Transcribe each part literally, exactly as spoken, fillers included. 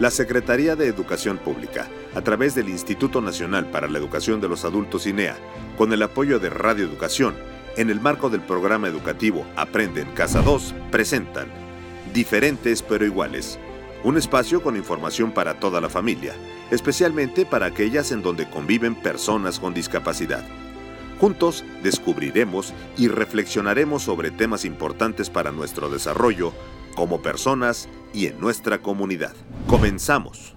La Secretaría de Educación Pública, a través del Instituto Nacional para la Educación de los Adultos I N E A, con el apoyo de Radio Educación, en el marco del programa educativo Aprende en Casa dos, presentan Diferentes pero Iguales, un espacio con información para toda la familia, especialmente para aquellas en donde conviven personas con discapacidad. Juntos descubriremos y reflexionaremos sobre temas importantes para nuestro desarrollo como personas y en nuestra comunidad. Comenzamos.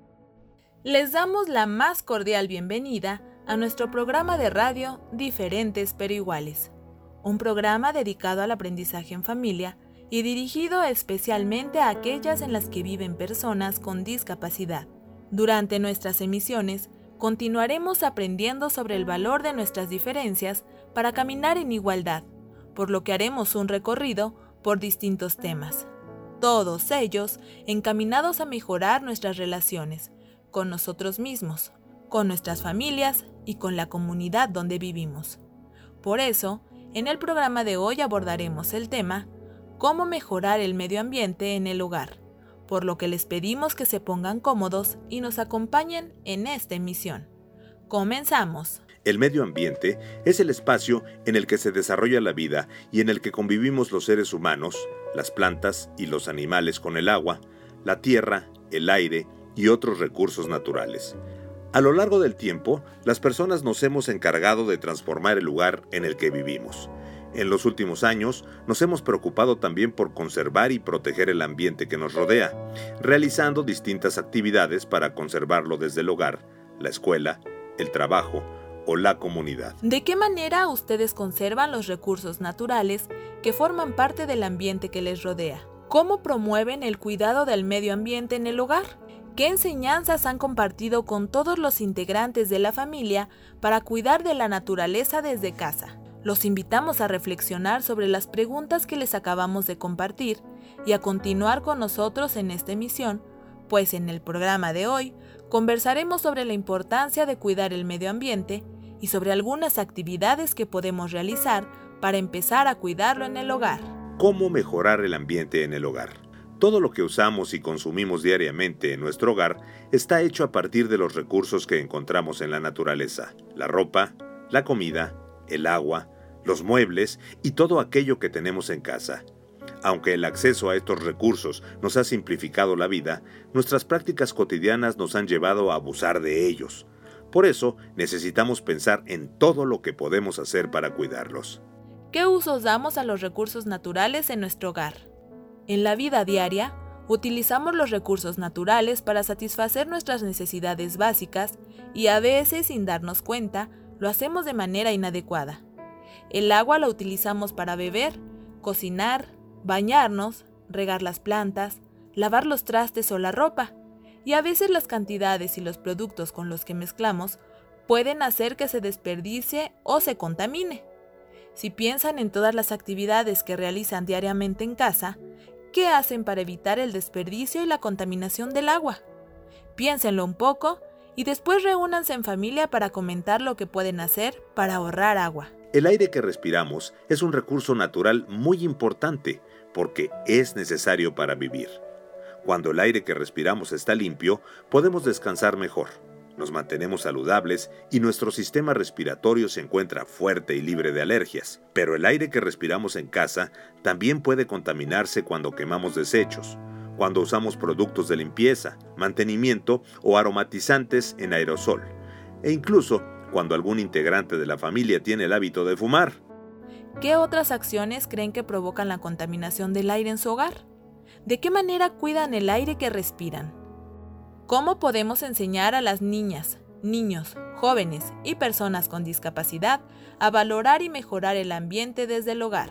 Les damos la más cordial bienvenida a nuestro programa de radio Diferentes pero Iguales, un programa dedicado al aprendizaje en familia y dirigido especialmente a aquellas en las que viven personas con discapacidad. Durante nuestras emisiones, continuaremos aprendiendo sobre el valor de nuestras diferencias para caminar en igualdad, por lo que haremos un recorrido por distintos temas, todos ellos encaminados a mejorar nuestras relaciones con nosotros mismos, con nuestras familias y con la comunidad donde vivimos. Por eso, en el programa de hoy abordaremos el tema cómo mejorar el medio ambiente en el hogar, por lo que les pedimos que se pongan cómodos y nos acompañen en esta emisión. Comenzamos. El medio ambiente es el espacio en el que se desarrolla la vida y en el que convivimos los seres humanos, las plantas y los animales con el agua, la tierra, el aire y otros recursos naturales. A lo largo del tiempo, las personas nos hemos encargado de transformar el lugar en el que vivimos. En los últimos años, nos hemos preocupado también por conservar y proteger el ambiente que nos rodea, realizando distintas actividades para conservarlo desde el hogar, la escuela, el trabajo o la comunidad. ¿De qué manera ustedes conservan los recursos naturales que forman parte del ambiente que les rodea? ¿Cómo promueven el cuidado del medio ambiente en el hogar? ¿Qué enseñanzas han compartido con todos los integrantes de la familia para cuidar de la naturaleza desde casa? Los invitamos a reflexionar sobre las preguntas que les acabamos de compartir y a continuar con nosotros en esta emisión, pues en el programa de hoy conversaremos sobre la importancia de cuidar el medio ambiente y sobre algunas actividades que podemos realizar para empezar a cuidarlo en el hogar. ¿Cómo mejorar el ambiente en el hogar? Todo lo que usamos y consumimos diariamente en nuestro hogar está hecho a partir de los recursos que encontramos en la naturaleza: la ropa, la comida, el agua, los muebles y todo aquello que tenemos en casa. Aunque el acceso a estos recursos nos ha simplificado la vida, nuestras prácticas cotidianas nos han llevado a abusar de ellos. Por eso, necesitamos pensar en todo lo que podemos hacer para cuidarlos. ¿Qué usos damos a los recursos naturales en nuestro hogar? En la vida diaria, utilizamos los recursos naturales para satisfacer nuestras necesidades básicas y a veces, sin darnos cuenta, lo hacemos de manera inadecuada. El agua la utilizamos para beber, cocinar, bañarnos, regar las plantas, lavar los trastes o la ropa, y a veces las cantidades y los productos con los que mezclamos pueden hacer que se desperdicie o se contamine. Si piensan en todas las actividades que realizan diariamente en casa, ¿qué hacen para evitar el desperdicio y la contaminación del agua? Piénsenlo un poco y después reúnanse en familia para comentar lo que pueden hacer para ahorrar agua. El aire que respiramos es un recurso natural muy importante porque es necesario para vivir. Cuando el aire que respiramos está limpio, podemos descansar mejor, nos mantenemos saludables y nuestro sistema respiratorio se encuentra fuerte y libre de alergias. Pero el aire que respiramos en casa también puede contaminarse cuando quemamos desechos, cuando usamos productos de limpieza, mantenimiento o aromatizantes en aerosol, e incluso cuando algún integrante de la familia tiene el hábito de fumar. ¿Qué otras acciones creen que provocan la contaminación del aire en su hogar? ¿De qué manera cuidan el aire que respiran? ¿Cómo podemos enseñar a las niñas, niños, jóvenes y personas con discapacidad a valorar y mejorar el ambiente desde el hogar?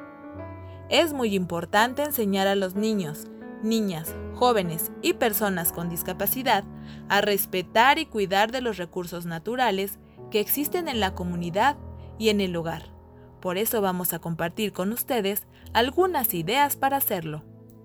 Es muy importante enseñar a los niños, niñas, jóvenes y personas con discapacidad a respetar y cuidar de los recursos naturales que existen en la comunidad y en el hogar. Por eso vamos a compartir con ustedes algunas ideas para hacerlo.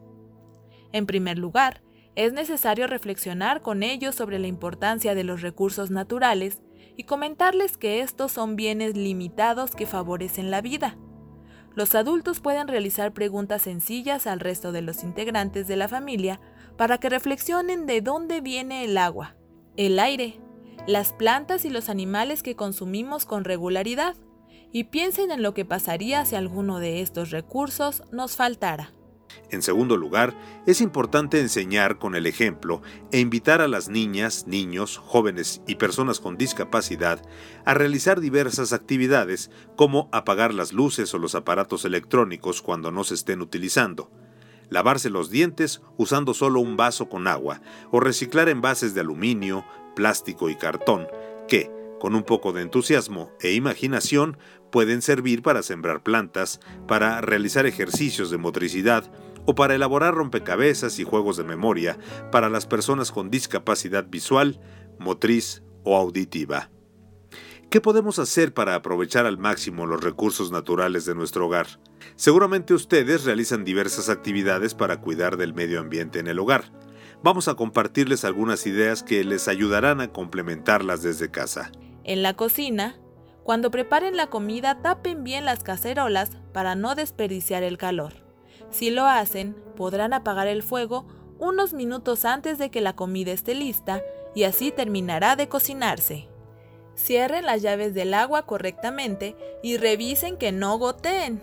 En primer lugar, es necesario reflexionar con ellos sobre la importancia de los recursos naturales y comentarles que estos son bienes limitados que favorecen la vida. Los adultos pueden realizar preguntas sencillas al resto de los integrantes de la familia para que reflexionen de dónde viene el agua, el aire, las plantas y los animales que consumimos con regularidad, y piensen en lo que pasaría si alguno de estos recursos nos faltara. En segundo lugar, es importante enseñar con el ejemplo e invitar a las niñas, niños, jóvenes y personas con discapacidad a realizar diversas actividades como apagar las luces o los aparatos electrónicos cuando no se estén utilizando, lavarse los dientes usando solo un vaso con agua o reciclar envases de aluminio, plástico y cartón que, con un poco de entusiasmo e imaginación, pueden servir para sembrar plantas, para realizar ejercicios de motricidad o para elaborar rompecabezas y juegos de memoria para las personas con discapacidad visual, motriz o auditiva. ¿Qué podemos hacer para aprovechar al máximo los recursos naturales de nuestro hogar? Seguramente ustedes realizan diversas actividades para cuidar del medio ambiente en el hogar. Vamos a compartirles algunas ideas que les ayudarán a complementarlas desde casa. En la cocina, cuando preparen la comida, tapen bien las cacerolas para no desperdiciar el calor. Si lo hacen, podrán apagar el fuego unos minutos antes de que la comida esté lista y así terminará de cocinarse. Cierren las llaves del agua correctamente y revisen que no goteen.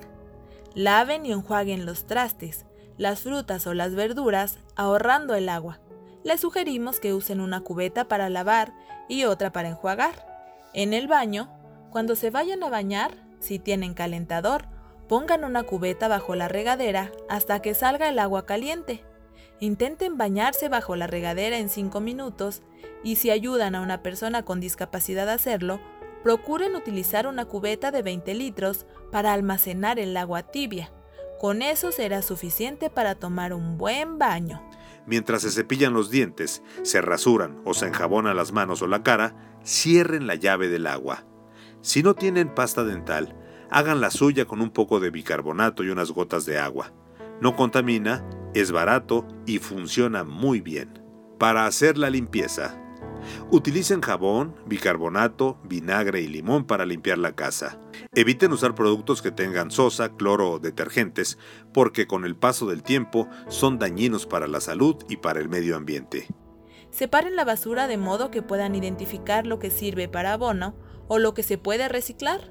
Laven y enjuaguen los trastes, las frutas o las verduras, ahorrando el agua. Les sugerimos que usen una cubeta para lavar y otra para enjuagar. En el baño, cuando se vayan a bañar, si tienen calentador, pongan una cubeta bajo la regadera hasta que salga el agua caliente. Intenten bañarse bajo la regadera en cinco minutos y si ayudan a una persona con discapacidad a hacerlo, procuren utilizar una cubeta de veinte litros para almacenar el agua tibia. Con eso será suficiente para tomar un buen baño. Mientras se cepillan los dientes, se rasuran o se enjabonan las manos o la cara, cierren la llave del agua. Si no tienen pasta dental, hagan la suya con un poco de bicarbonato y unas gotas de agua. No contamina, es barato y funciona muy bien. Para hacer la limpieza, utilicen jabón, bicarbonato, vinagre y limón para limpiar la casa. Eviten usar productos que tengan sosa, cloro o detergentes, porque con el paso del tiempo son dañinos para la salud y para el medio ambiente. Separen la basura de modo que puedan identificar lo que sirve para abono o lo que se puede reciclar.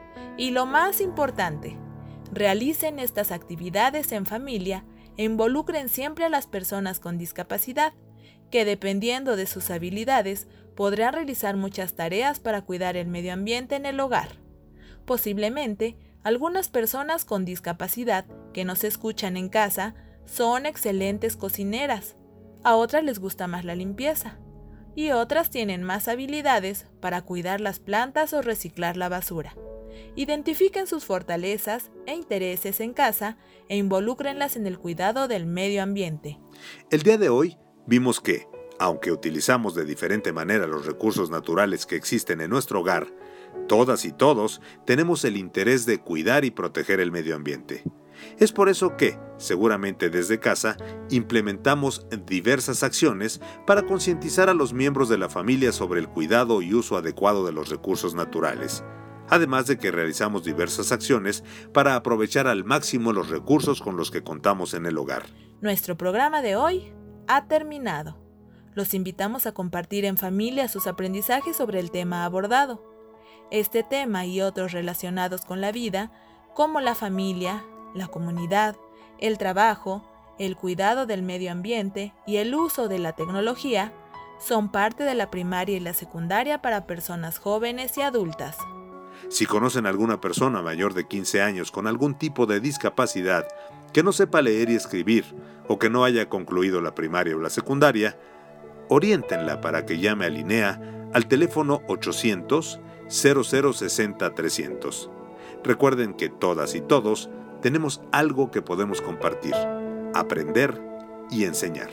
Y lo más importante, realicen estas actividades en familia e involucren siempre a las personas con discapacidad, que dependiendo de sus habilidades podrán realizar muchas tareas para cuidar el medio ambiente en el hogar. Posiblemente, algunas personas con discapacidad que nos escuchan en casa son excelentes cocineras, a otras les gusta más la limpieza, y otras tienen más habilidades para cuidar las plantas o reciclar la basura. Identifiquen sus fortalezas e intereses en casa e involúcrenlas en el cuidado del medio ambiente. El día de hoy vimos que, aunque utilizamos de diferente manera los recursos naturales que existen en nuestro hogar, todas y todos tenemos el interés de cuidar y proteger el medio ambiente. Es por eso que, seguramente desde casa, implementamos diversas acciones para concientizar a los miembros de la familia sobre el cuidado y uso adecuado de los recursos naturales. Además de que realizamos diversas acciones para aprovechar al máximo los recursos con los que contamos en el hogar. Nuestro programa de hoy ha terminado. Los invitamos a compartir en familia sus aprendizajes sobre el tema abordado. Este tema y otros relacionados con la vida, como la familia, la comunidad, el trabajo, el cuidado del medio ambiente y el uso de la tecnología, son parte de la primaria y la secundaria para personas jóvenes y adultas. Si conocen a alguna persona mayor de quince años con algún tipo de discapacidad que no sepa leer y escribir o que no haya concluido la primaria o la secundaria, oriéntenla para que llame a Linea al teléfono ochocientos, cero cero sesenta, trescientos. Recuerden que todas y todos tenemos algo que podemos compartir, aprender y enseñar.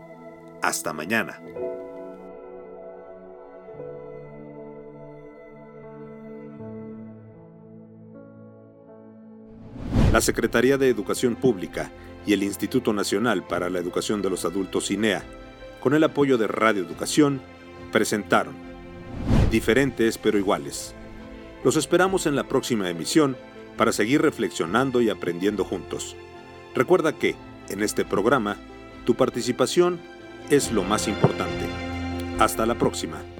Hasta mañana. La Secretaría de Educación Pública y el Instituto Nacional para la Educación de los Adultos INEA, con el apoyo de Radio Educación, presentaron Diferentes pero Iguales. Los esperamos en la próxima emisión para seguir reflexionando y aprendiendo juntos. Recuerda que, en este programa, Tu participación es lo más importante. Hasta la próxima.